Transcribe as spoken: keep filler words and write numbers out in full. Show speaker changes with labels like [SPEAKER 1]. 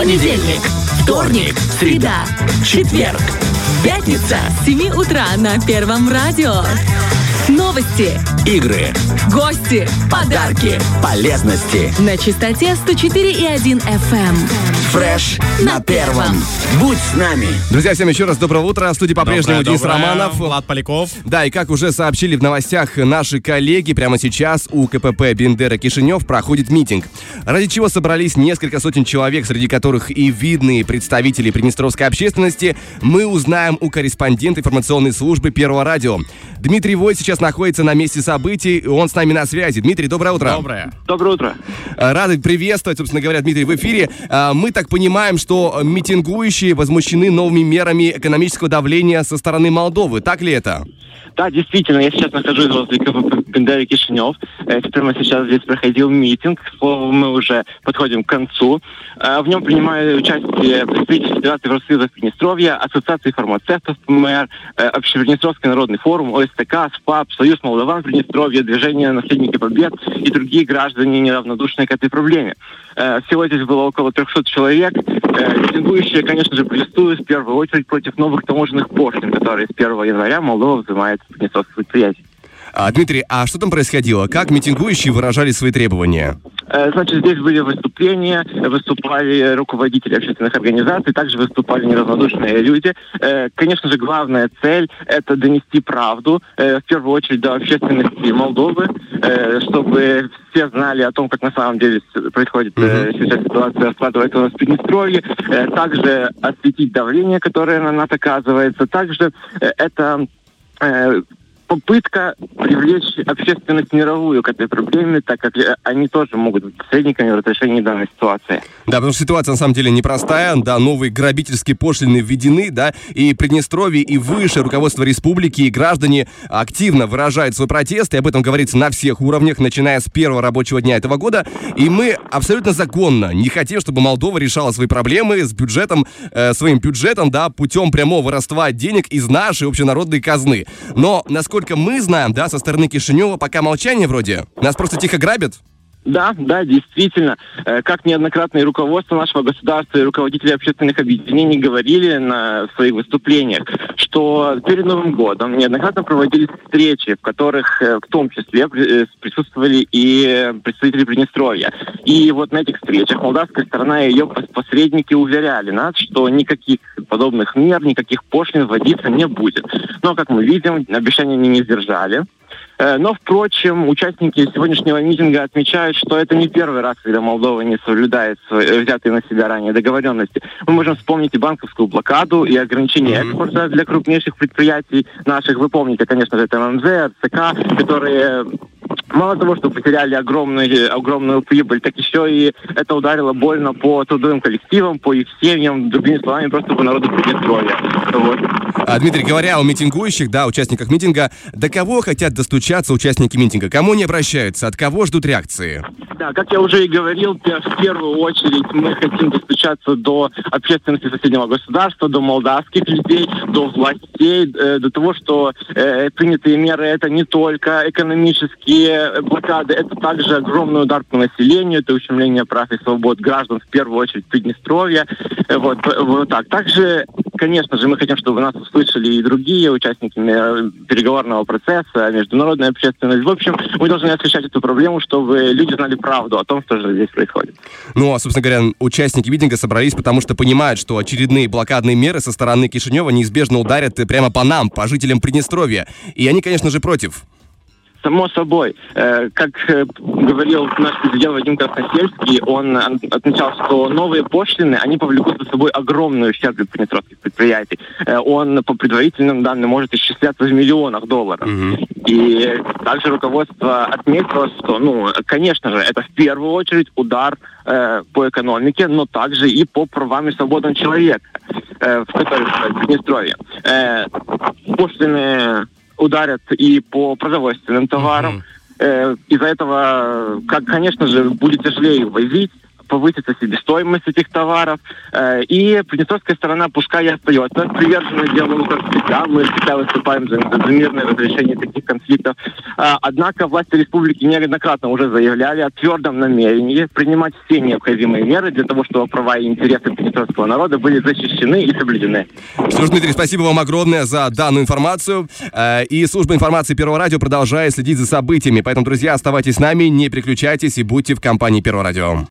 [SPEAKER 1] Понедельник, вторник, среда, четверг, пятница с семи утра на Первом радио. Новости,
[SPEAKER 2] игры,
[SPEAKER 1] гости,
[SPEAKER 2] подарки, полезности.
[SPEAKER 1] На частоте сто четыре и один эф эм.
[SPEAKER 2] Фреш на Первом. Будь с нами.
[SPEAKER 3] Друзья, всем еще раз доброго утра. В студии по-прежнему
[SPEAKER 4] доброе,
[SPEAKER 3] Денис
[SPEAKER 4] доброе.
[SPEAKER 3] Романов.
[SPEAKER 4] Влад Поляков.
[SPEAKER 3] Да, и как уже сообщили в новостях наши коллеги, прямо сейчас у ка пэ пэ Бендера-Кишинев проходит митинг, ради чего собрались несколько сотен человек, среди которых и видные представители приднестровской общественности, мы узнаем у корреспондента информационной службы Первого радио. Дмитрий Войт сейчас находится на месте событий, и он с нами на связи. Дмитрий, доброе утро.
[SPEAKER 4] Доброе.
[SPEAKER 5] Доброе утро.
[SPEAKER 3] Рады приветствовать, собственно говоря, Дмитрий, в эфире. Мы так понимаем, что митингующие возмущены новыми мерами экономического давления со стороны Молдовы. Так ли это?
[SPEAKER 5] Да, действительно, я сейчас нахожусь возле ка пэ пэ Бендера-Кишинев. Прямо сейчас здесь проходил митинг. К слову, мы уже подходим к концу. В нем принимают участие представители Федерации профсоюзов Приднестровья, Ассоциации фармацевтов пэ эм эр, Общеприднестровский народный форум, о эс тэ ка, СПАП, Союз Молдаван Приднестровья, Движение Наследники Побед и другие граждане, неравнодушные к этой проблеме. Всего здесь было около трехсот человек. Митингующие, конечно же, протестуют в первую очередь против новых таможенных пошлин, которые с первого января Молдова взимает с приднестровских предприятий.
[SPEAKER 3] А, Дмитрий, а что там происходило? Как митингующие выражали свои требования?
[SPEAKER 5] Значит, здесь были выступления, выступали руководители общественных организаций, также выступали неравнодушные люди. Конечно же, главная цель – это донести правду, в первую очередь, до общественности Молдовы, чтобы все знали о том, как на самом деле происходит mm-hmm. сейчас ситуация, складывается у нас в Приднестровье. Также осветить давление, которое на нас оказывается. Также это попытка привлечь общественность мировую к этой проблеме, так как они тоже могут быть посредниками в разрешении данной ситуации.
[SPEAKER 3] Да, потому что ситуация на самом деле непростая, да, новые грабительские пошлины введены, да, и Приднестровье, и выше руководство республики, и граждане активно выражают свой протест, и об этом говорится на всех уровнях, начиная с первого рабочего дня этого года, и мы абсолютно законно не хотим, чтобы Молдова решала свои проблемы с бюджетом, э, своим бюджетом, да, путем прямого воровства денег из нашей общенародной казны. Но, насколько мы знаем, да, со стороны Кишинева пока молчание вроде. Нас просто тихо грабят.
[SPEAKER 5] Да, да, действительно. Как неоднократно и руководство нашего государства, и руководители общественных объединений говорили на своих выступлениях, что перед Новым годом неоднократно проводились встречи, в которых в том числе присутствовали и представители Приднестровья. И вот на этих встречах молдавская сторона и ее посредники уверяли нас, что никаких подобных мер, никаких пошлин вводиться не будет. Но, как мы видим, обещания они не сдержали. Но, впрочем, участники сегодняшнего митинга отмечают, что это не первый раз, когда Молдова не соблюдает взятые на себя ранее договоренности. Мы можем вспомнить и банковскую блокаду, и ограничение mm-hmm. экспорта для крупнейших предприятий наших. Вы помните, конечно же, это эм эм зэ, эр цэ ка, которые мало того, что потеряли огромную, огромную прибыль, так еще и это ударило больно по трудовым коллективам, по их семьям, другими словами, просто по народу Приднестровья. Вот.
[SPEAKER 3] А, Дмитрий, говоря о митингующих, да, участниках митинга, до кого хотят достучаться участники митинга? Кому не обращаются? От кого ждут реакции?
[SPEAKER 5] Да, как я уже и говорил, в первую очередь мы хотим достучаться до общественности соседнего государства, до молдавских людей, до властей, до того, что э, принятые меры — это не только экономические блокады, это также огромный удар по населению, это ущемление прав и свобод граждан, в первую очередь Приднестровья. Вот, вот так. Также, конечно же, мы хотим, чтобы нас услышали и другие участники переговорного процесса, международная общественность. В общем, мы должны освещать эту проблему, чтобы люди знали правду о том, что же здесь происходит.
[SPEAKER 3] Ну, а, собственно говоря, участники митинга собрались, потому что понимают, что очередные блокадные меры со стороны Кишинева неизбежно ударят прямо по нам, по жителям Приднестровья. И они, конечно же, против.
[SPEAKER 5] Само собой. Э, как э, говорил наш президент Вадим Красносельский, он отмечал, что новые пошлины, они повлекут за собой огромный ущерб для приднестровских предприятий. Э, он, по предварительным данным, может исчисляться в миллионах долларов. Mm-hmm. И также руководство отметило, что, ну, конечно же, это в первую очередь удар э, по экономике, но также и по правам и свободам человека, э, в которых в Приднестровье. Э, пошлины ударят и по продовольственным товарам. Uh-huh. Э, из-за этого, как, конечно же, будет тяжелее возить повысится себестоимость этих товаров. И приднестровская сторона пускай и остается привержена диалогу, как всегда. Мы всегда выступаем за, за мирное разрешение таких конфликтов. Однако власти республики неоднократно уже заявляли о твердом намерении принимать все необходимые меры для того, чтобы права и интересы приднестровского народа были защищены и соблюдены.
[SPEAKER 3] Что ж, Дмитрий, спасибо вам огромное за данную информацию. И служба информации Первого радио продолжает следить за событиями. Поэтому, друзья, оставайтесь с нами, не переключайтесь и будьте в компании Первого радио.